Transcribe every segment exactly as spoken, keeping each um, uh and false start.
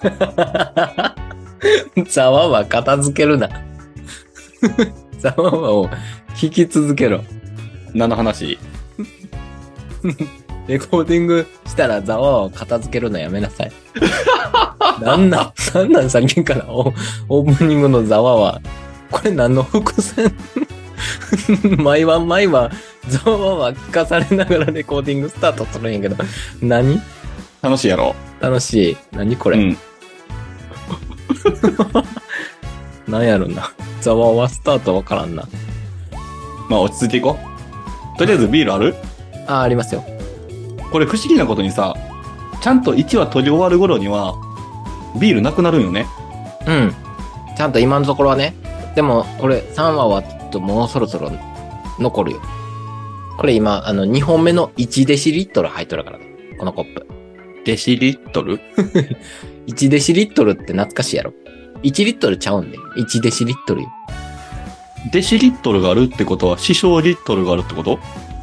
ざわわ片付けるな。ざわわを聞き続けろ。 何の話？ レコーディングしたらざわわを片付けるのやめなさい。なんなん、なんなんさっきからオープニングのざわわ。これ何の伏線？毎晩毎晩ざわわ聞かされながらレコーディングスタートするんやけど。何？ 楽しいやろ。 楽しい。何これ？うん。なんやろな。ざわわスタートわからんな。 まあ落ち着いていこう。とりあえずビールある？ あ、ありますよ。 これ不思議なことにさ、ちゃんといちわ撮り終わる頃にはビールなくなるんよね。 うん。ちゃんと今のところはね。でもこれさんわはちょっともうそろそろ残るよ。これ今あのにほんめのいちデシリットル入っとるからね。このコップ。 デシリットル？ いちデシリットルって懐かしいやろ。いちリットルちゃうんで。いちデシリットルよ。 デシリットルがあるってことは、死傷リットルがあるってこと？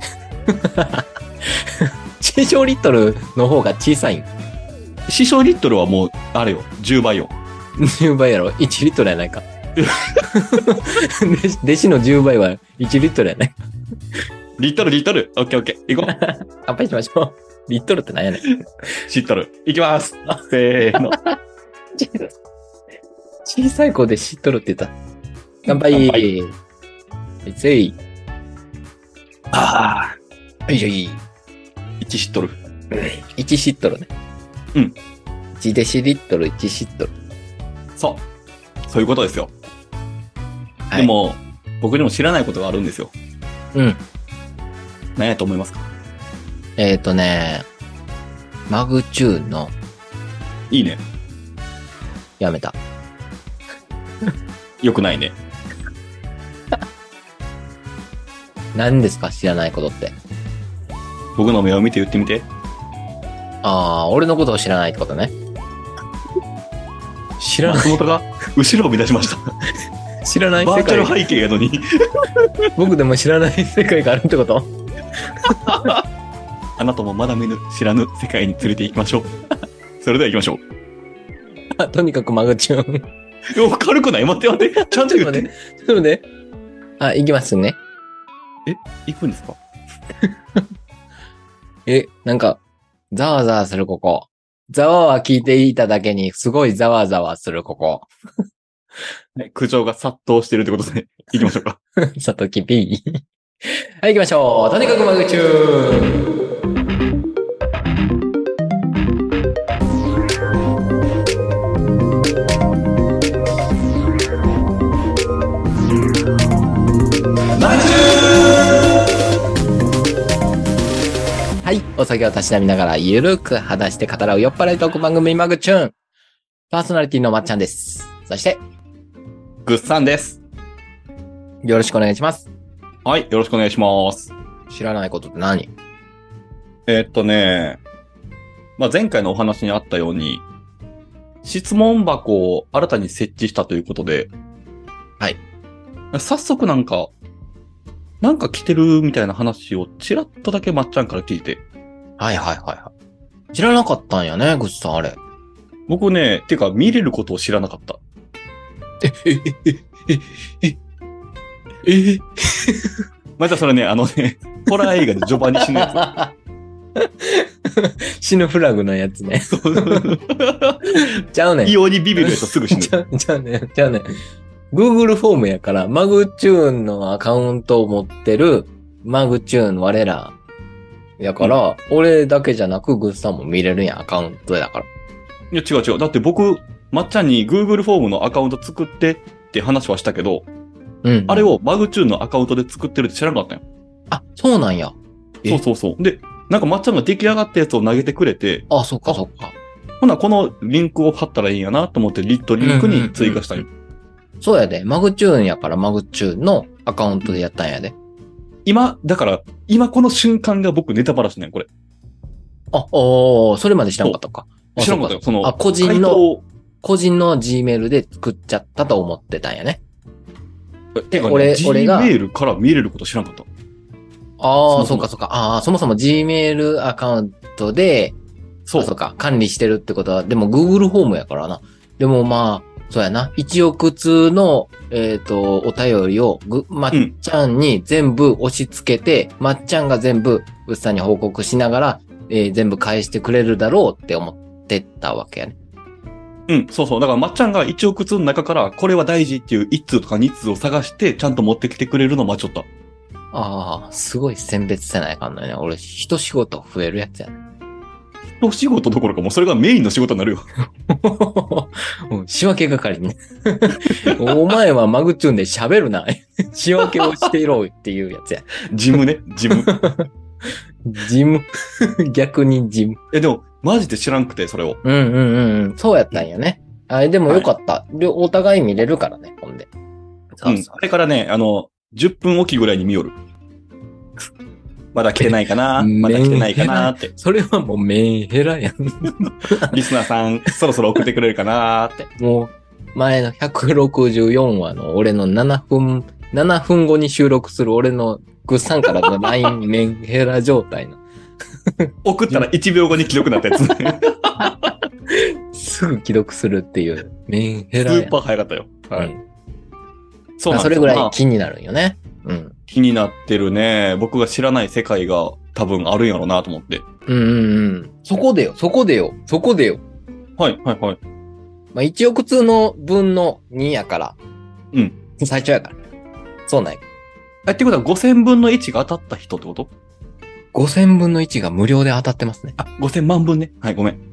死傷リットルの方が小さいん。 死傷リットルはもう、あれよ、じゅうばいよ。 じゅうばいやろ。いちリットルやないか。弟子のじゅうばいはいちリットルやないか。 リットル、リットル。オッケーオッケー。行こう。 乾杯しましょう。リットルって何やねん。 シットル。行きます。せーの。 小さい子でシットルって言った。乾杯。乾杯。せい。ああ。よいしょい。 いちシットル。 いちシットルね。 うん。 いちデシリットル、いちシットル。 そう。そういうことですよ。はい、でも、僕にも知らないことがあるんですよ。 うん。 何やと思いますか？ えっとね、マグチューンの。 いいね。 やめた。 よくないね。 何ですか知らないことって。 僕の目を見て言ってみて。 ああ、俺のことを知らないってことね。知らない。 松本が後ろを乱しました。 知らない世界。 バーチャル背景やのに。 僕でも知らない世界があるってこと？ あなたもまだ見ぬ知らぬ世界に連れて行きましょう。それでは行きましょう。とにかくマグチューン。 いや、軽くない？待って待って。ちゃんと言って。 ちょっと待って。あ、行きますね。 え、行くんですか？ え、なんか、ざわざわするここ。ざわわ聞いていただけに、すごいざわざわするここ。 苦情が殺到してるってことで、行きましょうか。 さとき P。はい、行きましょう。とにかくマグチューン。はい。お酒をたしなみながらゆるく話して語らう酔っ払いトーク番組マグチューン。パーソナリティのまっちゃんです。そして、 ぐっさんです。 よろしくお願いします。 はい。よろしくお願いします。 知らないことって何？ えー、っとね、まあ、前回のお話にあったように、質問箱を新たに設置したということで、 はい。 早速なんか、なんか来てるみたいな話をちらっとだけまっちゃんから聞いて。 はいはいはいはい。知らなかったんやね、ぐっさんあれ。 僕ね、てか見れることを知らなかった。 え、え、え、え、え、え、え、 またそれね、あのね、ホラー映画で序盤に死ぬやつ。死ぬフラグのやつね。ちゃうねん。 異様にビビるやつすぐ死ぬ。 ちゃう、ちゃうねん、ちゃうねん。Google フォームやから、マグチューンのアカウントを持ってる、マグチューン我ら。やから、うん、俺だけじゃなく、グッさんも見れるんや、アカウントやから。 いや、違う違う。だって僕、まっちゃんに Google フォームのアカウント作ってって話はしたけど、うん、うん。あれをマグチューンのアカウントで作ってるって知らなかったよ。 あ、そうなんや。 そうそうそう。で、なんかまっちゃんが出来上がったやつを投げてくれて、 あ、そっかそっか。 ほな、このリンクを貼ったらいいんやなと思ってリットリンクに追加したんよ。 うんうんうんうん、そうやで。マグチューンやからマグチューンのアカウントでやったんやで。 今、だから、今この瞬間が僕ネタバラシねん、これ。 あ、おー、それまで知らんかったか。 知らんかったよ、その。 あ、個人の、個人の Gmail で作っちゃったと思ってたんやね。 てか、ね、俺、俺が。Gmail から見れること知らんかった。 ああ、そうかそうか。ああ、そもそも Gmail アカウントでそう。 そうか。管理してるってことは、でも Google フォームやからな。でもまあ、そうやな。一億通の、えっ、ー、と、お便りをぐ、まっちゃんに全部押し付けて、うん、まっちゃんが全部、うっさんに報告しながら、えー、全部返してくれるだろうって思ってたわけやね。 うん、そうそう。だからまっちゃんが一億通の中から、これは大事っていう一通とか二通を探して、ちゃんと持ってきてくれるのを待ちとった。 ああ、すごい選別せないかんのね。俺、一仕事増えるやつやね。 一仕事どころかもうそれがメインの仕事になるよ。 仕分け係ね。お前はマグチューンで喋るな。仕分けをしていろっていうやつや。 事務ね、事務。 事務。逆に事務。 え、でも、マジで知らんくて、それを。 うんうんうん。そうやったんやね。あれでもよかった。はい、お互い見れるからね、ほんで。 そうそう。うん。あれからね、あの、じゅっぷんおきぐらいに見よる。まだ来てないかなまだ来てないかなって。 それはもうメンヘラやん。 リスナーさん、そろそろ送ってくれるかなって。 もう、前のひゃくろくじゅうよんわの俺のななふん、ななふんごに収録する俺のグッサンからの ライン メンヘラ状態の。 送ったらいちびょうごに既読なったやつ。 すぐ既読するっていう。メンヘラや。 スーパー早かったよ。はい。うん、 そうなんですよ。それぐらい気になるんよね。うん。 気になってるね。僕が知らない世界が多分あるんやろうなと思って。 うんうんうん。そこでよ、そこでよ、そこでよ。 はいはいはい。 まあいちおく通の分のにやから。 うん。 最初やから。そうなんや。 え、ってことはごせんぶんのいちが当たった人ってこと ? ごせんぶんのいちが無料で当たってますね。 あ、ごせんまんぶんね。はい、ごめん。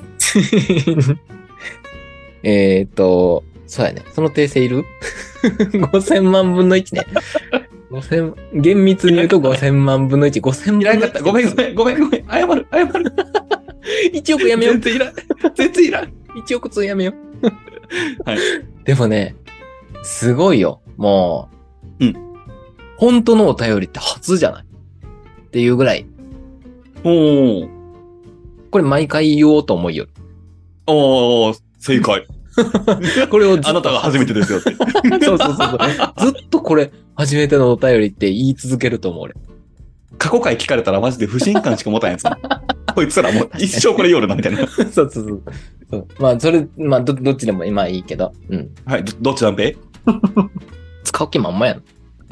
えっと、そうやね。その訂正いる ?ごせんまんぶんのいちね。ごせん、厳密に言うとごせんまんぶんのいち。ごせんぶんのいち。いらなかった。 ごめんごめん、ごめんごめん。謝る、謝る。 いちおくやめよう。 全然いらん。全然いらん。 いちおく通やめよう。はい。 でもね、すごいよ。もう。うん。 本当のお便りって初じゃないっていうぐらい。 おー。 これ毎回言おうと思いよる。 おー、正解。 これをあなたが初めてですよって。 そうそうそうそう。ずっとこれ、初めてのお便りって言い続けると思う、俺。 過去回聞かれたらマジで不信感しか持たんやつ。こいつらもう一生これ夜な、みたいな。 そうそうそうそう。まあ、それ、まあ、ど、どっちでも今いいけど。うん。 はい、ど、どっちなんぺ使う気まんまやん。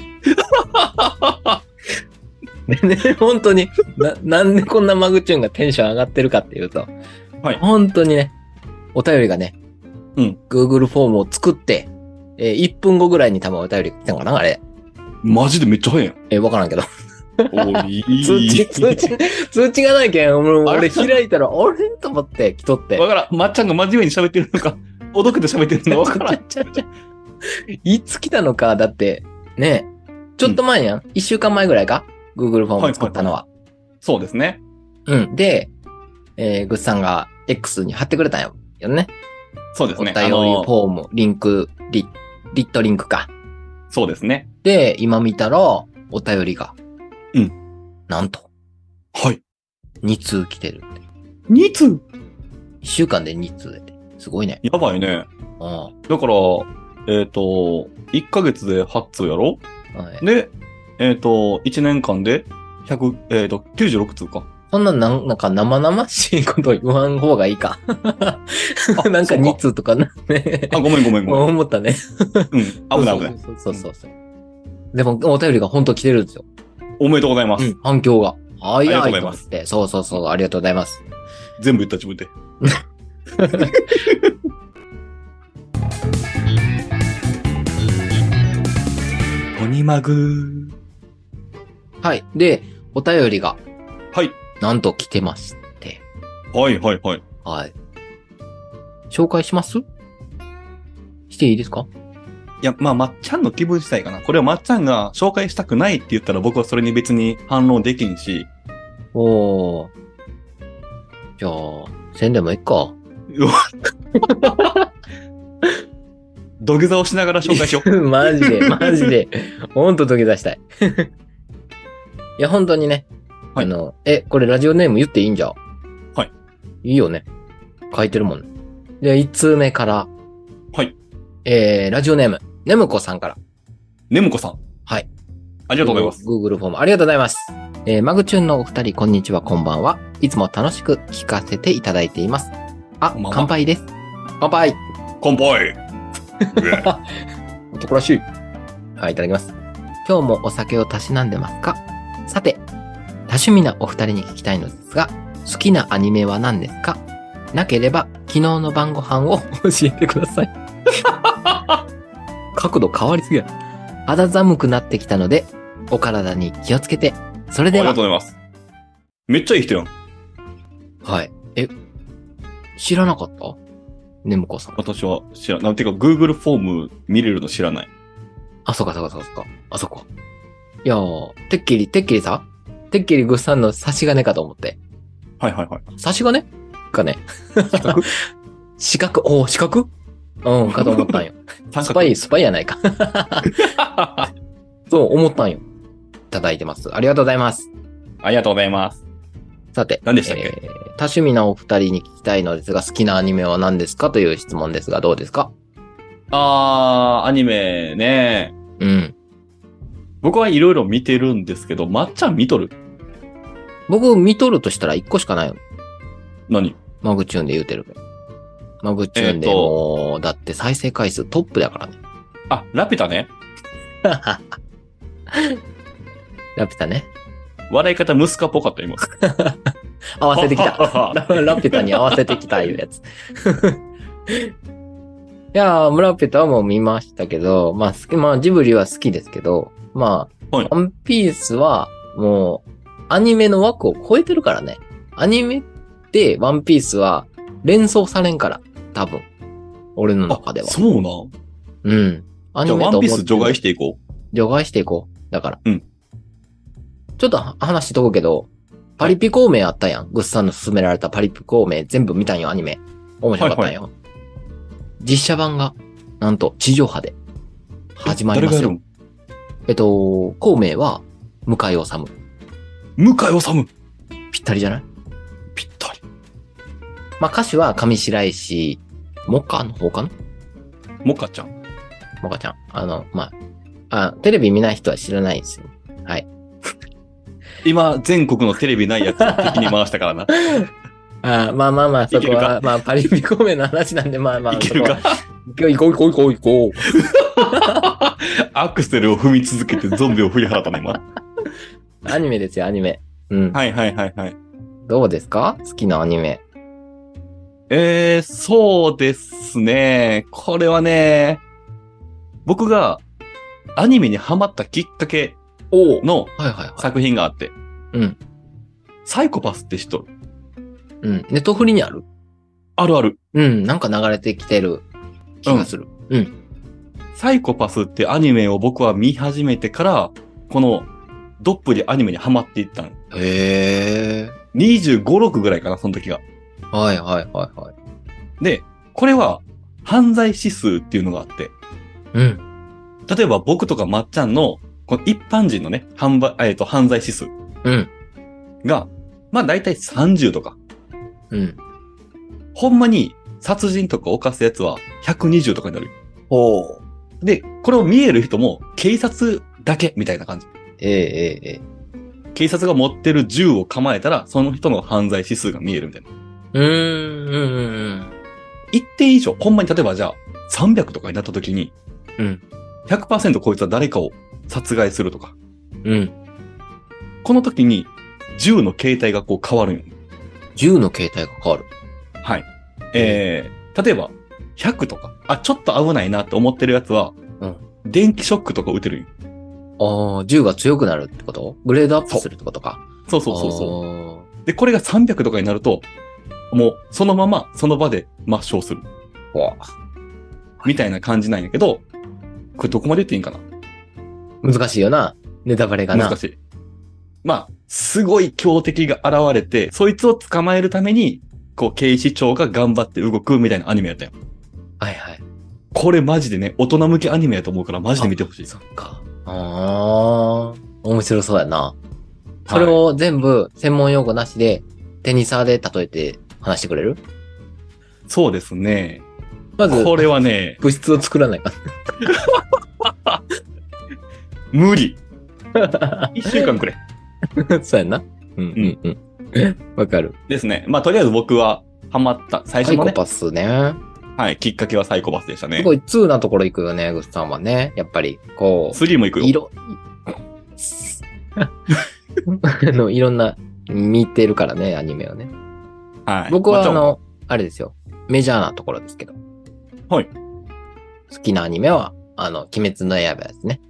でね、本当に、な、なんでこんなマグチューンがテンション上がってるかっていうと、 はい。 本当にね、お便りがね、 うん。 Google フォームを作って、えー、いっぷんごぐらいに多分お便り来たのかなあれ。 マジでめっちゃ早いやん。 えー、わからんけど。 おいい。 通知、通知、通知がないけん、俺開いたら、あれと思って来とって。 わからん。まっちゃんが真面目に喋ってるのか、おどけて喋ってるのかわからん。 ちゃちゃちゃいつ来たのか、だって、ね、ちょっと前やん。一、うん、週間前ぐらいか ?Google フォーム作ったのは。はいはいはい、 そうですね。 うん。で、えー、グッさんが X に貼ってくれたんよ。よね。 そうですね。 お便りフォーム、リンク、リ、リットリンクか。 そうですね。 で、今見たら、お便りが。 うん。 なんと。 はい。 に通来てるって。 に通 ? いっ 週間でに通で。すごいね。 やばいね。 うん。 だから、えっ、ー、と、いっかげつではち通やろ、はい、で、えっ、ー、と、いちねんかんでひゃく、えっ、ー、と、きゅうじゅうろく通か。 そんな、なん、なんか生々しいこと言わん方がいいか。なんかに通とかな、ね。 あ、ごめんごめんごめん。 思ったね。 うん。危ない危ない。 そうそうそうそう。でも、お便りが本当来てるんですよ。 おめでとうございます。 うん、反響が。はい、 ありがとうございます。 そうそうそう、ありがとうございます。 全部言った自分で。ポニマグー。はい。で、お便りが。 はい。 なんと来てまして。 はいはいはい。 はい。紹介しますしていいですか？ いや、まあ、まっちゃんの気分次第かな。これをまっちゃんが紹介したくないって言ったら僕はそれに別に反論できんし。 おー。じゃあ、せんでもいっか。 土下座をしながら紹介しよう。 マジで、マジで。ほんと土下座したい。いや、本当にね。はい、あの、え、これラジオネーム言っていいんじゃ？ はい。 いいよね。書いてるもんね。で、いち通目から。 はい。 えー、ラジオネーム、ねむこさんから。 ねむこさん。 はい。 ありがとうございます。 Google フォーム、ありがとうございます。 えー、マグチューンのお二人、こんにちは、こんばんは。いつも楽しく聞かせていただいています。あ、乾杯です。乾杯乾杯男らしい。はい、いただきます。今日もお酒をたしなんでますか？さて、多趣味なお二人に聞きたいのですが、好きなアニメは何ですか？なければ、昨日の晩ご飯を教えてください。角度変わりすぎや。肌寒くなってきたので、お体に気をつけて。それでは。 ありがとうございます。めっちゃいい人やん。 はい。え、知らなかったねむこさん。 私は知らない。てか、Google フォーム見れるの知らない。 あ、そっかそっかそっかそっか。あ、そっか。いやー、てっきり、てっきりさ、てっきりぐっさんの差し金かと思って。 はいはいはい。 差し金かね。 四角四角お四角うん、かと思ったんよ。スパイ、スパイやないか。そう思ったんよ。いただいてます。ありがとうございます。 ありがとうございます。 さて。 何でしたっけ、 えー、多趣味なお二人に聞きたいのですが、好きなアニメは何ですかという質問ですが、どうですか？ あー、アニメね。 うん。 僕はいろいろ見てるんですけど、まっちゃん見とる？ 僕見とるとしたら一個しかないよ。 何？ マグチューンで言うてる。マグチューンでもう、だって再生回数トップだからね。 あ、ラピュタね。 ラピュタね。 笑い方ムスカっぽかった今。 合わせてきた。ラピュタに合わせてきたいうやつ。いやー、ラピュタはもう見ましたけど、まあ好き、まあジブリは好きですけど、まあ、はい、ワンピースはもうアニメの枠を超えてるからね。アニメってワンピースは連想されんから、多分。俺の中では。 そうなん？ うん。 アニメと思って。じゃあワンピース除外していこう。 除外していこう。だから。 うん。 ちょっと話しとくけど、パリピ孔明あったやん。はい、グッさんの勧められたパリピ孔明全部見たんよ、アニメ。面白かったんよ。はいはい、実写版が、なんと地上波で始まりますよ。誰がやるん？えっと、孔明は、向井治。 向井治？ ぴったりじゃない？ ぴったり。 まあ、歌手は上白石、モカの方かな？ モカちゃん。 モカちゃん。あの、まあ、あ、テレビ見ない人は知らないですよ。はい。 今、全国のテレビないやつを敵に回したからな。 あまあまあまあ、そこは、まあ、パリピ孔明の話なんで、まあまあ。 いけるか？ 行こう行こう行こう行こう。 アクセルを踏み続けてゾンビを振り払ったの、今。 アニメですよ、アニメ。うん。 はいはいはいはい。 どうですか？好きなアニメ。 えー、そうですね。これはね、僕がアニメにハマったきっかけの作品があって。 うん。 サイコパスって知っとる？ うん。ネットフリにある？ あるある。 うん。なんか流れてきてる気がする。うん。うん、 サイコパスってアニメを僕は見始めてから、このどっぷりアニメにハマっていったの。 へー。 にじゅうご、ろくぐらいかな、その時が。 はいはいはいはい。 で、これは犯罪指数っていうのがあって。 うん。 例えば僕とかまっちゃんの、この一般人のね、犯罪、えっと、犯罪指数。 うん。 が、まあ大体さんじゅうとか。 うん。 ほんまに殺人とか犯すやつはひゃくにじゅうとかになる。 ほう。 で、これを見える人も警察だけみたいな感じ。 ええええ。 警察が持ってる銃を構えたら、その人の犯罪指数が見えるみたいな。 うーん、うん、うん。 一定以上、ほんまに例えばじゃあ、さんびゃくとかになった時に、 うん。 ひゃくパーセント こいつは誰かを殺害するとか。 うん。 この時に、銃の形態がこう変わるんよ。 銃の形態が変わる。 はい。えー、例えば、ひゃくとか、あ、ちょっと危ないなって思ってるやつは、 うん。 電気ショックとか撃てるんよ。 ああ、銃が強くなるってこと？グレードアップするってことか。 そうそうそうそう。で、これがさんびゃくとかになると、もう、そのまま、その場で抹消する。 わみたいな感じなんやけど、これどこまで言っていいんかな？ 難しいよな。ネタバレがな。 難しい。まあ、すごい強敵が現れて、そいつを捕まえるために、こう、警視庁が頑張って動くみたいなアニメやったよ。 はいはい。 これマジでね、大人向けアニメやと思うからマジで見てほしい。 そっか。ああ、面白そうやな。それを全部専門用語なしで、テニサーで例えて話してくれる？ そうですね。 まず、 これはね、 物質を作らないか。 無理。一週間くれ。 そうやな。うんうんうん。わかる。 ですね。まあ、とりあえず僕はハマった。最初のね。 サイコパスね。 はい。きっかけはサイコパスでしたね。 すごいツーなところ行くよね、グッさんはね。やっぱり、こう。 スリーも行くよ。 色、あの、いろんな、見てるからね、アニメをね。 はい。 僕はあまの、あれですよ。メジャーなところですけど。 はい。 好きなアニメは、あの、鬼滅の刃ですね。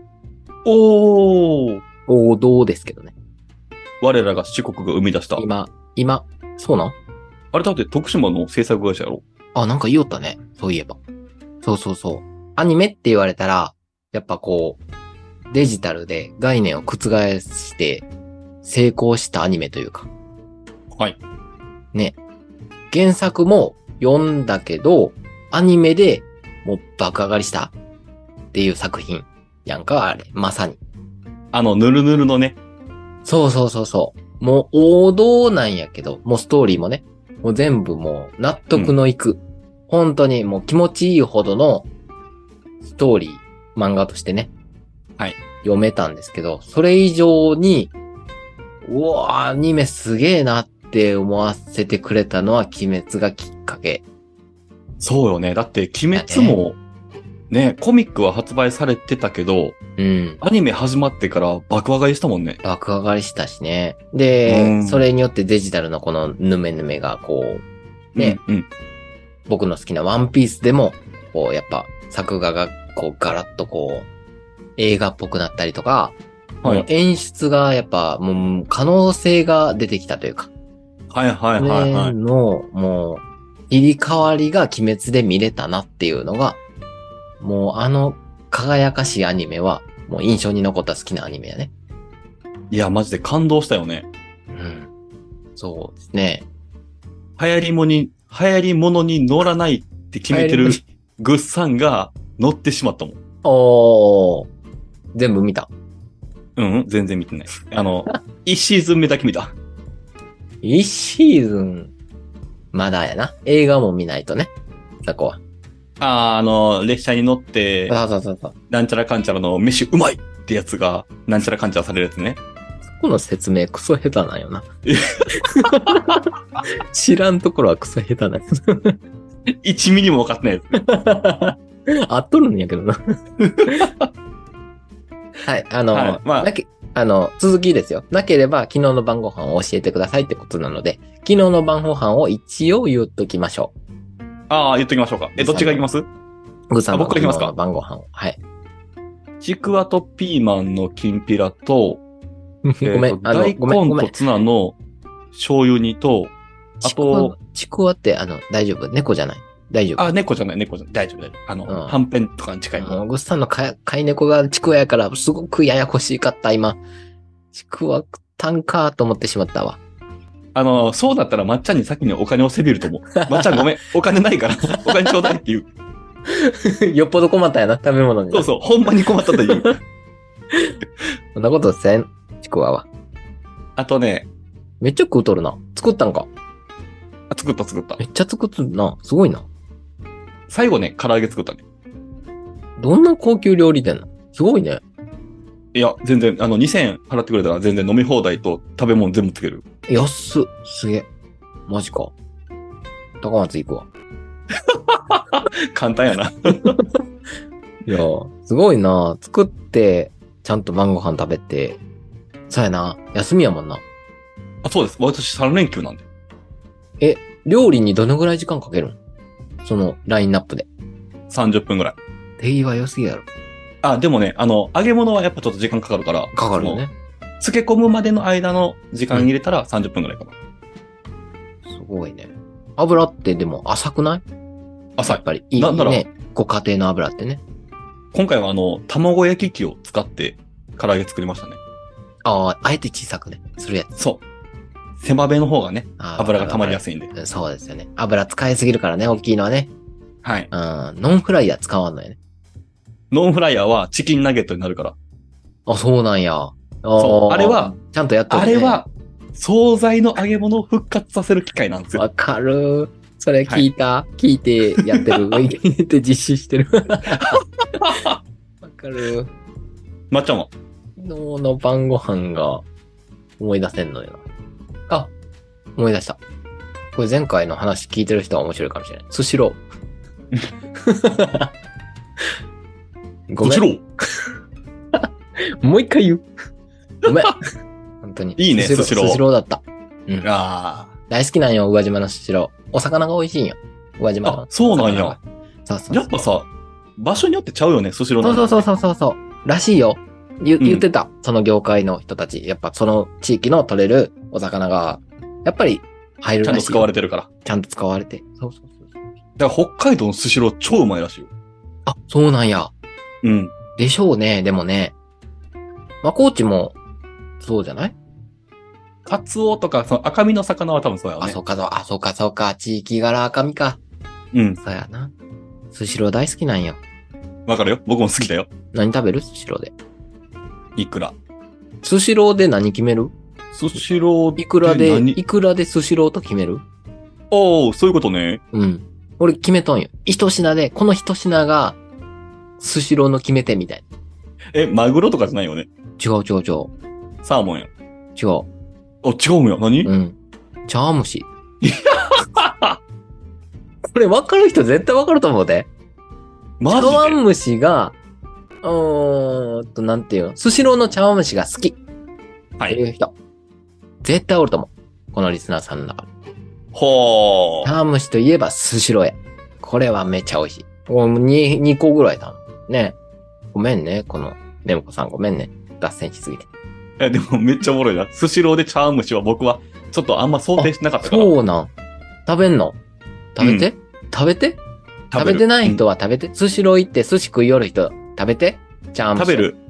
おー。 王道ですけどね。 我らが四国が生み出した。 今、今、そうなんあれだって徳島の制作会社やろ？ あ、なんか言おったね。そういえば。そうそうそう。アニメって言われたら、やっぱこう、デジタルで概念を覆して成功したアニメというか。 はい。 ね。原作も読んだけど、アニメでもう爆上がりしたっていう作品やんか、あれ。まさに。 あの、ぬるぬるのね。 そうそうそうそう。もう王道なんやけど、もうストーリーもね、もう全部もう納得のいく。うん、本当にもう気持ちいいほどのストーリー、漫画としてね。 はい。 読めたんですけど、それ以上に、うわ、アニメすげえなって思わせてくれたのは鬼滅がきっかけ。 そうよね。だって鬼滅も、ね、コミックは発売されてたけど、 うん。 アニメ始まってから爆上がりしたもんね。 爆上がりしたしね。で、それによってデジタルのこのヌメヌメがこう、ね、 うんうん、 僕の好きなワンピースでも、こう、やっぱ作画がこうガラッとこう、映画っぽくなったりとか、はい、もう演出がやっぱもう可能性が出てきたというか。 はいはいはいはい。 の、もう、入り替わりが鬼滅で見れたなっていうのが、もうあの輝かしいアニメは、もう印象に残った好きなアニメやね。 いや、マジで感動したよね。 うん。そうですね。 流行りもに、流行り物に乗らないって決めてるグッさんが乗ってしまったもん。 おー。全部見た。 うん、全然見てない。あの、一シーズン目だけ見た。 一シーズン、まだやな。映画も見ないとね。そこは。 ああ、あの、列車に乗って、 そうそうそうそう。 なんちゃらかんちゃらの飯うまいってやつが、なんちゃらかんちゃらされるやつね。 そこの説明クソ下手なんよな。知らんところはクソ下手なんよ。 いちミリも分かってないやつ。あっとるんやけどな。はい、あの、はい、まあ、なけ、あの、続きですよ。なければ、昨日の晩ご飯を教えてくださいってことなので、昨日の晩ご飯を一応言っときましょう。 ああ、言っときましょうか。え、どっちがいきます？ グーさんの僕がいきますか？ 晩ご飯を。はい。 ちくわとピーマンのきんぴらと、 ごめん、あの、 大根とツナの醤油煮と、あと、 ちくわって、あの、大丈夫？猫じゃない？大丈夫？ あ、猫じゃない、猫じゃない。大丈夫、大丈夫。あの、うん、はんぺんとかに近いもん。 もう、グッさんの飼い猫がちくわやから、すごくややこしかった、今。ちくわ食ったんかと思ってしまったわ。 あの、そうだったらまっちゃんに先にお金をせびると思う。まっちゃんごめん、お金ないから、お金ちょうだいって言う。よっぽど困ったやな、食べ物に。 そうそう、ほんまに困ったと言う。 そんなことせん、ちくわは。 あとね。 めっちゃ食うとるな。作ったんか？ あ、作った作った。 めっちゃ作ったな。すごいな。 最後ね、唐揚げ作ったね。どんな高級料理店なの？すごいね。 いや、全然、あの、にせんえん払ってくれたら全然飲み放題と食べ物全部つける。 安っ。すげえ。マジか。高松行くわ。 簡単やな。 いや、すごいな。作って、ちゃんと晩ご飯食べて。そうやな。休みやもんな。 あ、そうです。私さん連休なんで。 え、料理にどのぐらい時間かけるん？そのラインナップで。 さんじゅっぷんぐらい。 手際良すぎやろ。 あ、でもね、あの、揚げ物はやっぱちょっと時間かかるから。 かかるよね。 漬け込むまでの間の時間入れたらさんじゅっぷんぐらいかな。 うん、すごいね。油ってでも浅くない？ 浅い。 やっぱりいいね。ご家庭の油ってね。 今回はあの、卵焼き器を使って唐揚げ作りましたね。 ああ、あえて小さくね。するやつ。 そう。狭めの方がね、油が溜まりやすいんで。 そうですよね。油使いすぎるからね、大きいのはね。 はい。 うん。ノンフライヤー使わんのよね。 ノンフライヤーはチキンナゲットになるから。 あ、そうなんや。 そう。あれは、 ちゃんとやっとるね。 あれは、惣菜の揚げ物を復活させる機会なんですよ。 わかる。それ聞いた、はい、聞いてやってる。聞いて実施してる。わかる。 まっちゃんは？ 昨日の晩ご飯が、 思い出せんのよな。あ、思い出した。これ前回の話聞いてる人は面白いかもしれない。スシロー。ごめん。 スシローもう一回言う。ごめん。本当に。 いいね、スシロー。 スシローだった。うん。 ああ。 大好きなんよ、宇和島のスシロー。お魚が美味しいんよ。宇和島の。 あ、そうなんや。 そうそうそう。 やっぱさ、場所によってちゃうよね、スシローの。 そうそうそうそうそう。らしいよ。言、言ってた、うん。その業界の人たち。やっぱその地域の取れるお魚が、やっぱり入るらしい。 ちゃんと使われてるから。 ちゃんと使われて。そうそうそう。 だから北海道のスシロー超うまいらしいよ。 あ、そうなんや。 うん。 でしょうね、でもね。まあ、高知も、そうじゃない？ カツオとか、その赤身の魚は多分そうやね。 あ、そうか、あ、そうか、そうか。地域柄赤身か。 うん。 そうやな。スシロー大好きなんよ。 わかるよ。僕も好きだよ。 何食べる？スシローで。 いくら。 スシローで何決める？ スシローでいくらで、いくらでスシローと決める？ おー、そういうことね。 うん。俺決めとんよ。一品で、この一品が、スシローの決め手みたいな。 え、マグロとかじゃないよね。 違う違う違う。 サーモンや。 違う。 あ、違うんや。何？ うん。茶碗蒸し。これ分かる人絶対分かると思うで。 マジで？ 茶碗蒸しが、うーんと、なんていうの？スシローの茶碗蒸しが好き。 はい。 っていう人。絶対おると思う。このリスナーさんの中で。 ほー。 茶碗蒸しといえばスシローや。これはめっちゃ美味しい。もうに、にこぐらい頼む。ね。ごめんね。この、レムコさんごめんね。脱線しすぎて。 え、でもめっちゃおもろいな。スシローで茶碗蒸しは僕はちょっとあんま想定しなかったから。 そうなん。食べんの？食べて、うん、食べて食べてない人は食べて。うん、スシロー行って寿司食いよる人食べて。茶碗蒸し。 食べる。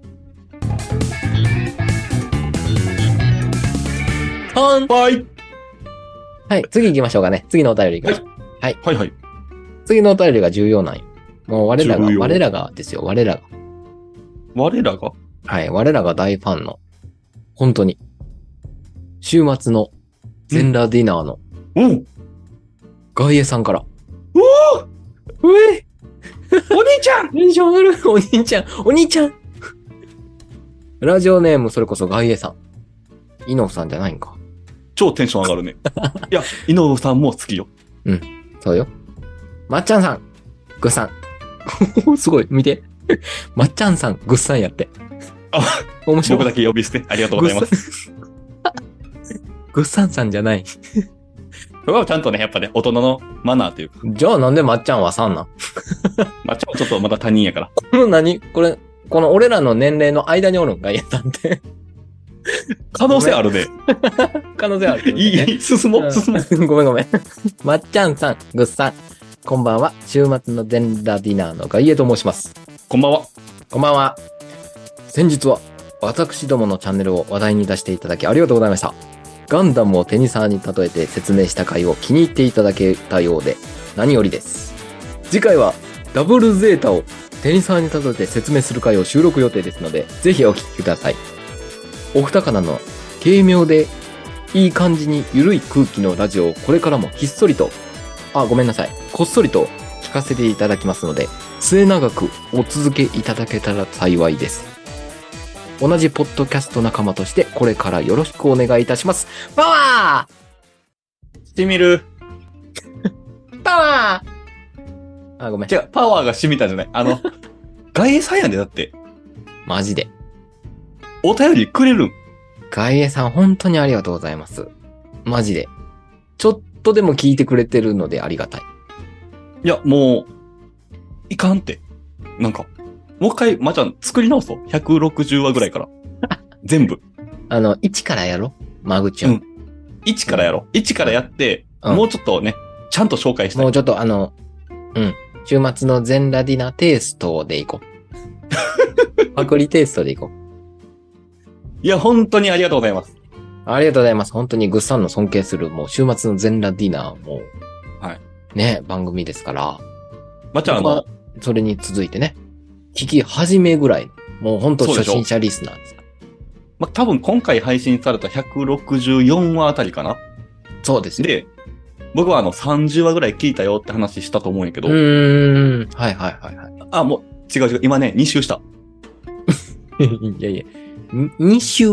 はん。 はい。 はい、次行きましょうかね。次のお便り行きましょう。 はい。はい、はいはい。 次のお便りが重要なんよ。もう我らが、我らがですよ、我らが。 我らが？ はい、我らが大ファンの、本当に、週末の全裸ディナーの、 うん。 ガイエさんから。 おーうえお兄ちゃんテンション上がるお兄ちゃんお兄ちゃんラジオネームそれこそガイエさん。イノウさんじゃないんか。 超テンション上がるね。いや、イノウさんも好きよ。 うん、そうよ。まっちゃんさん、ぐっさん。すごい、見て。まっちゃんさん、ぐっさんやって。 あ、面白い。僕だけ呼び捨て。ありがとうございます。 ぐっさんさんじゃない。 それはちゃんとね、やっぱね、大人のマナーというか。 じゃあなんでまっちゃんはさんなん？ まっちゃんはちょっとまた他人やから。 この何これ、この俺らの年齢の間におるんか、いや、だって。 可能性あるね。 可能性ある、 ね。いい、いい、進もう、進もう。 ごめんごめん。まっちゃんさん、ぐっさん。こんばんは。週末の全裸ディナーのガイエと申します。 こんばんは。 こんばんは。先日は、私どものチャンネルを話題に出していただきありがとうございました。ガンダムをテニサーに例えて説明した回を気に入っていただけたようで、何よりです。次回は、ダブルゼータをテニサーに例えて説明する回を収録予定ですので、ぜひお聞きください。お二方の軽妙でいい感じに緩い空気のラジオをこれからもひっそりと、あ、ごめんなさい、こっそりと聞かせていただきますので、末永くお続けいただけたら幸いです。同じポッドキャスト仲間としてこれからよろしくお願いいたします。パワーしてみる。 パワーあ、ごめん。 違う、パワーが染みたんじゃない。あの、ガイエさんやで、だって。 マジで。 お便りくれるん？ ガイエさん本当にありがとうございます。マジで。ちょっとでも聞いてくれてるのでありがたい。 いや、もう、いかんって。なんか、もう一回、まちゃん作り直そう。ひゃくろくじゅうわぐらいから。全部。 あの、いちからやろマグチュン。うん。 いちからやろ。いちからやって、うん、もうちょっとね、ちゃんと紹介したい。 もうちょっとあの、うん。週末の全裸ディナーテイストでいこう。パクリテイストでいこう。 いや、本当にありがとうございます。 ありがとうございます。本当にグッサンの尊敬する、もう週末の全裸ディナーも、 はい。 ね、番組ですから。 まっちゃん、あの、 それに続いてね、聞き始めぐらい、もう本当初心者リスナーですから。 まあ、多分今回配信されたひゃくろくじゅうよんわあたりかな。 そうですね。 で、僕はあのさんじゅうわぐらい聞いたよって話したと思うんやけど。 うーん。はいはいはいはい。 あ、もう、違う違う。今ね、に周した。 いやいや。に周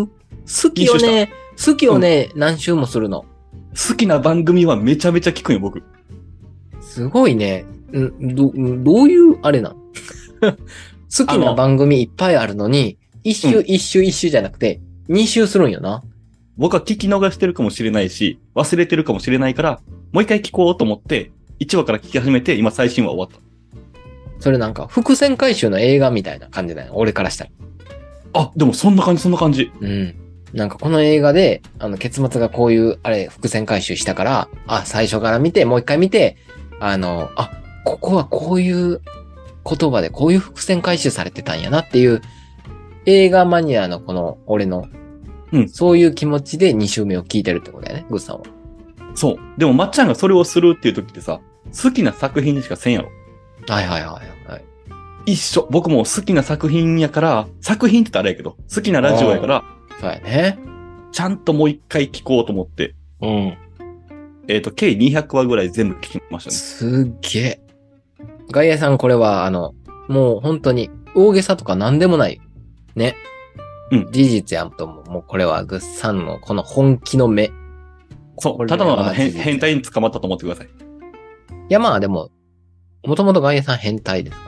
好きをね、好きをね、うん、何周もするの。 好きな番組はめちゃめちゃ聞くんよ、僕。 すごいね。んど、どういう、あれなん好きな番組いっぱいあるのに、一周、うん、一周、一周じゃなくて、二周するんよな。 僕は聞き逃してるかもしれないし、忘れてるかもしれないから、もう一回聞こうと思って、いちわから聞き始めて、今最新話終わった。 それなんか、伏線回収の映画みたいな感じだよ。俺からしたら。 あ、でもそんな感じ、そんな感じ。 うん。なんかこの映画で、あの、結末がこういう、あれ、伏線回収したから、あ、最初から見て、もう一回見て、あの、あ、ここはこういう言葉で、こういう伏線回収されてたんやなっていう、映画マニアのこの、俺の、うん。そういう気持ちでに周目を聞いてるってことだよね、グッさんは。 そう。でも、まっちゃんがそれをするっていう時ってさ、好きな作品にしかせんやろ。 はいはいはいはい。 一緒。僕も好きな作品やから、作品って言ったらあれやけど、好きなラジオやから、 そうやね。 ちゃんともう一回聞こうと思って。 うん。 えっと、計にひゃくわぐらい全部聞きましたね。 すっげえ。ガイアさんこれは、あの、もう本当に大げさとかなんでもない。ね。 うん。 事実やと思う。もうこれはグッさんのこの本気の目。 そう。ただのあの変、変態に捕まったと思ってください。いやまあでも、もともとガイアさん変態ですから。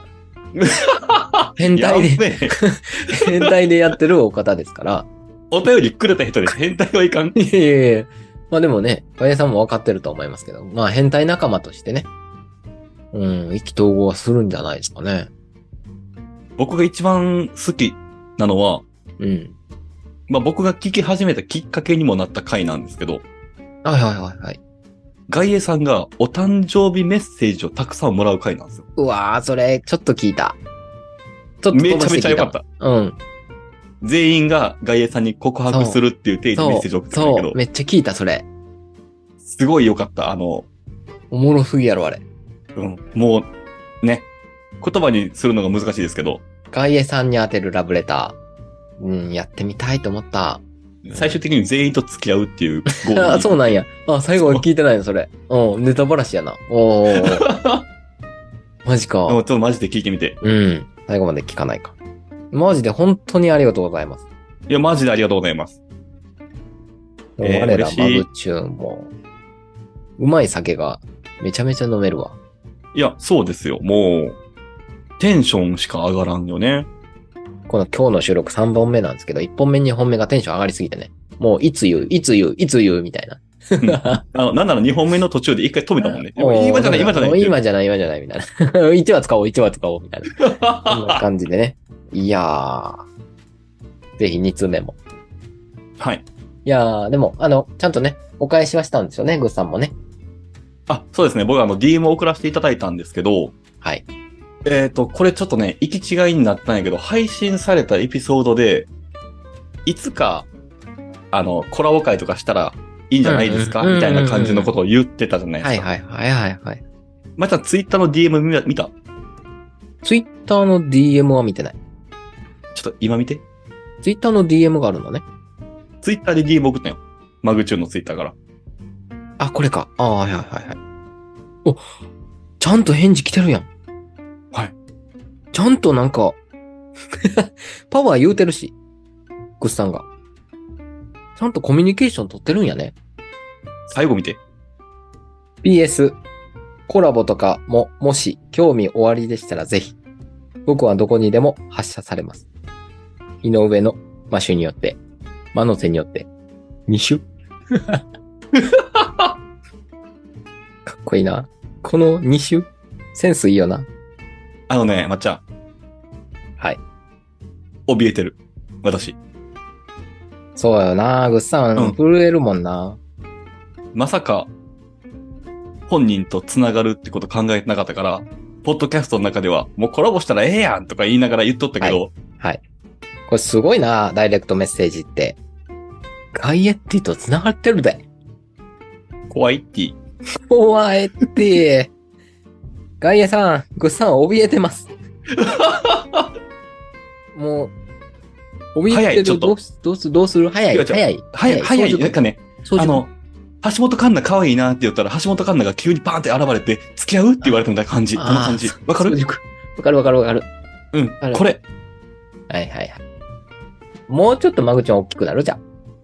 変態で、変態でやってるお方ですから。 お便りくれた人です。変態はいかん。 いやいやいや。まあでもね、ガイアさんも分かってると思いますけど、まあ変態仲間としてね、うん、意気投合はするんじゃないですかね。 僕が一番好きなのは、 うん。 まあ僕が聞き始めたきっかけにもなった回なんですけど、 はいはいはいはい。 ガイエさんがお誕生日メッセージをたくさんもらう回なんですよ。 うわー、それ、ちょっと聞いた。ちょっとめちゃめちゃ良かった。 うん。 全員がガイエさんに告白するっていう体でメッセージを送ってたんだけど。 そう、めっちゃ聞いた、それ。 すごい良かった。あの、 おもろすぎやろ、あれ。 うん。もう、ね。言葉にするのが難しいですけど。 ガイエさんに当てるラブレター。うん、やってみたいと思った。 最終的に全員と付き合うっていうゴール。 あ、そうなんや。あ、最後は聞いてないの、それ。うん、ネタばらしやな。おー。マジか。 ちょっとマジで聞いてみて。 うん。最後まで聞かないか。マジで本当にありがとうございます。 いや、マジでありがとうございます。 えー、我らマグチューンも、うまい酒がめちゃめちゃ飲めるわ。 いや、そうですよ。もう、テンションしか上がらんよね。 この今日の収録さんぼんめなんですけど、いっぽんめにほんめがテンション上がりすぎてね。もういつ言う、いつ言う、いつ言うみたいな。 うん、あのなんならにほんめの途中で一回止めたもんね。今じゃない、今じゃない。 今じゃない、今じゃない、みたいな。いちわ使おう、いちわ使おう、みたいな。そんな感じでね。いやー。ぜひに通目も。 はい。 いやー、でも、あの、ちゃんとね、お返しはしたんですよね、グッさんもね。 あ、そうですね。僕はあの、ディーエム を送らせていただいたんですけど。 はい。 えっと、これちょっとね、行き違いになったんやけど、配信されたエピソードで、いつか、あの、コラボ会とかしたらいいんじゃないですか、うんうん、みたいな感じのことを言ってたじゃないですか。 はいはいはいはいはい。 またツイッターの ディーエム 見た？ ツイッターの ディーエム は見てない。 ちょっと今見て。 ツイッターの ディーエム があるのね。 ツイッターで ディーエム 送ったよ。マグチューンのツイッターから。 あ、これか。ああ、はいはいはいはい。お、ちゃんと返事来てるやん。 はい。 ちゃんとなんか、パワー言うてるし。グッさんが。ちゃんとコミュニケーション取ってるんやね。 最後見て。 ピーエス、コラボとかも、もし興味おありでしたらぜひ。僕はどこにでも発射されます。井上のマシュによって、マノセによって、に種かっこいいな。このに種センスいいよな。 あのね、まっちゃん。 はい。 怯えてる。私。 そうよな。ぐっさん、うん、震えるもんな。 まさか、本人と繋がるってこと考えてなかったから、ポッドキャストの中では、もうコラボしたらええやんとか言いながら言っとったけど。 はい。はい、これすごいな、ダイレクトメッセージって。ガイエッティと繋がってるで。 怖いって。 怖いって。ガイエさん、グッさん怯えてます。もう、怯えてる。 早い、ちょっと。 どうす、どうす、どうする早い、早い。 早い、早い。なんかね、あの、橋本環奈可愛いなって言ったら、橋本環奈が急にパーンって現れて、付き合うって言われたみたいな感じ。この感じ。わかる？ わかるわかるわかる。 うん、これ。 はいはいはい。もうちょっと間口は大きくなるじゃん。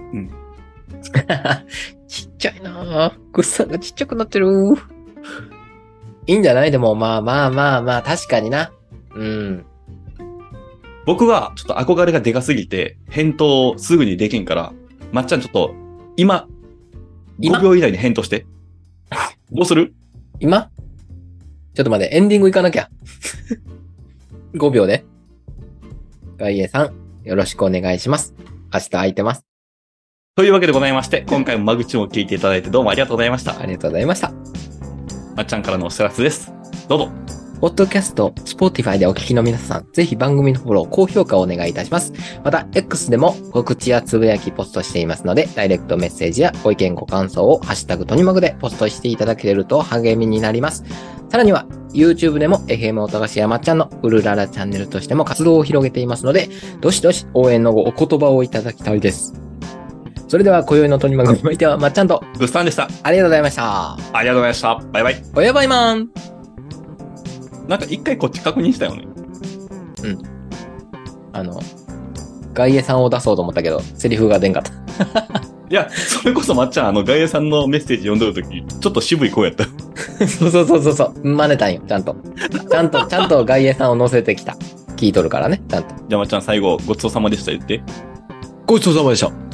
うん。 ちっちゃいなぁ。グッさんがちっちゃくなってる。いいんじゃない？でも、まあまあまあまあ、確かにな。うん。 僕は、ちょっと憧れがでかすぎて、返答すぐにできんから、まっちゃんちょっと、今、ごびょう以内に返答して。どうする？ 今？ちょっと待って、エンディング行かなきゃ。ごびょうで。外衛さん、よろしくお願いします。明日空いてます。 というわけでございまして、今回も間口を聞いていただいてどうもありがとうございました。 ありがとうございました。 まっちゃんからのお知らせです。どうぞ。 ポッドキャスト、Spotify でお聞きの皆さん、ぜひ番組のフォロー、高評価をお願いいたします。また、X でも告知やつぶやきポストしていますので、ダイレクトメッセージやご意見ご感想をハッシュタグとにまぐでポストしていただけると励みになります。さらには、YouTube でも エフエム おたがしやまっちゃんのうるららチャンネルとしても活動を広げていますので、どしどし応援のお言葉をいただきたいです。それでは、今宵のとにまぐの相手はまっちゃんとグッさんでした。 ありがとうございました。 ありがとうございました。バイバイ。 おやばいまーん。 なんか一回こっち確認したよね。 うん。あの、外衛さんを出そうと思ったけど、セリフが出んかった。 いや、それこそまっちゃん、あの、外衛さんのメッセージ読んどるとき、ちょっと渋い声やった。 そうそうそうそう。真似たんよ、ちゃんと。ちゃんと、ちゃんと外衛さんを乗せてきた。聞いとるからね、ちゃんと。 じゃあまっちゃん最後、ごちそうさまでした言って。 ごちそうさまでした。